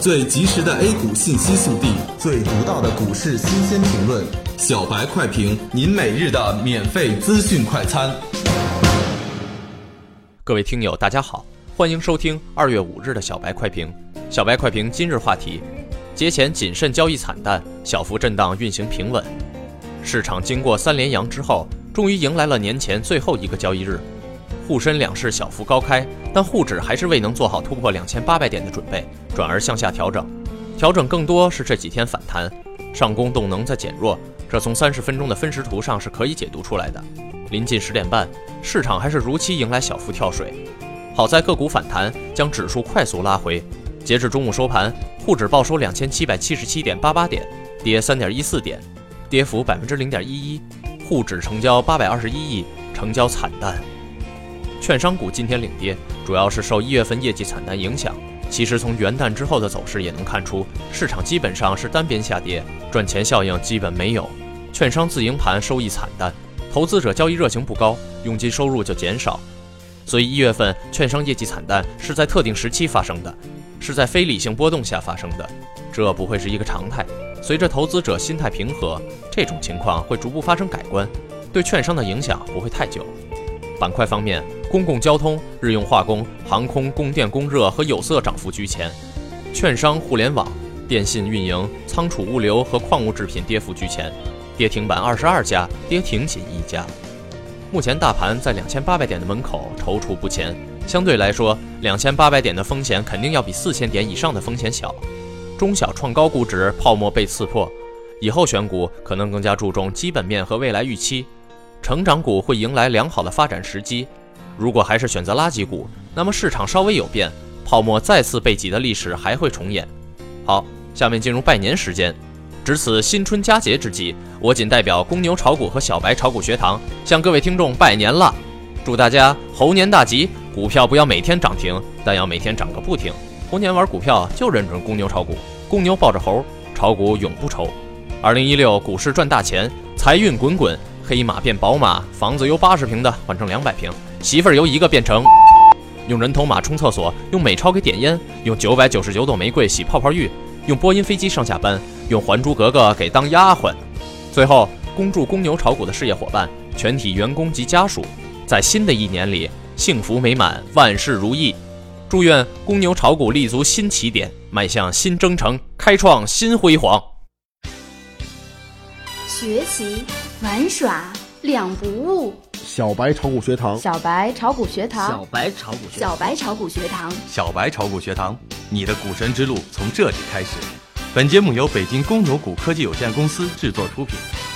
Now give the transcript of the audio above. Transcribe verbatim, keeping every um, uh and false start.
最及时的 A 股信息速递， 最独到的股市新鲜评论， 小白快评，您每日的免费资讯快餐。 各位听友大家好，欢迎收听二月五日的小白快评。小白快评今日话题：节前谨慎交易惨淡，小幅震荡运行平稳。市场经过三连阳之后，终于迎来了年前最后一个交易日。沪深两市小幅高开，但沪指还是未能做好突破两千八百点的准备，转而向下调整。调整更多是这几天反弹，上攻动能在减弱，这从三十分钟的分时图上是可以解读出来的。临近十点半，市场还是如期迎来小幅跳水，好在个股反弹将指数快速拉回。截至中午收盘，沪指报收两千七百七十七点八八点，跌三点一四点，跌幅百分之零点一一。沪指成交八百二十一亿，成交惨淡。券商股今天领跌，主要是受一月份业绩惨淡影响。其实从元旦之后的走势也能看出，市场基本上是单边下跌，赚钱效应基本没有。券商自营盘收益惨淡，投资者交易热情不高，佣金收入就减少。所以一月份券商业绩惨淡是在特定时期发生的，是在非理性波动下发生的，这不会是一个常态。随着投资者心态平和，这种情况会逐步发生改观，对券商的影响不会太久。板块方面，公共交通、日用化工、航空、供电供热和有色涨幅居前，券商、互联网、电信运营、仓储物流和矿物制品跌幅居前，跌停板二十二家，跌停仅一家。目前大盘在两千八百点的门口踌躇不前，相对来说，两千八百点的风险肯定要比四千点以上的风险小。中小创高估值泡沫被刺破，以后选股可能更加注重基本面和未来预期。成长股会迎来良好的发展时机，如果还是选择垃圾股，那么市场稍微有变，泡沫再次被挤的历史还会重演。好，下面进入拜年时间。值此新春佳节之际，我仅代表公牛炒股和小白炒股学堂向各位听众拜年了，祝大家猴年大吉，股票不要每天涨停，但要每天涨个不停。猴年玩股票就认准公牛炒股，公牛抱着猴，炒股永不愁。二零一六股市赚大钱，财运滚滚，黑马变宝马，房子由八十平的换成两百平，媳妇儿由一个变成用人头马冲厕所，用美钞给点烟，用九百九十九朵玫瑰洗泡泡浴，用波音飞机上下班，用还珠格格给当丫鬟。最后恭祝公牛炒股的事业伙伴、全体员工及家属在新的一年里幸福美满，万事如意。祝愿公牛炒股立足新起点，迈向新征程，开创新辉煌。 学习玩耍两不误， 小白炒股学堂， 小白炒股学堂， 小白炒股学堂， 小白炒股学堂， 小白炒股学堂，你的股神之路从这里开始。本节目由北京公牛股科技有限公司制作出品。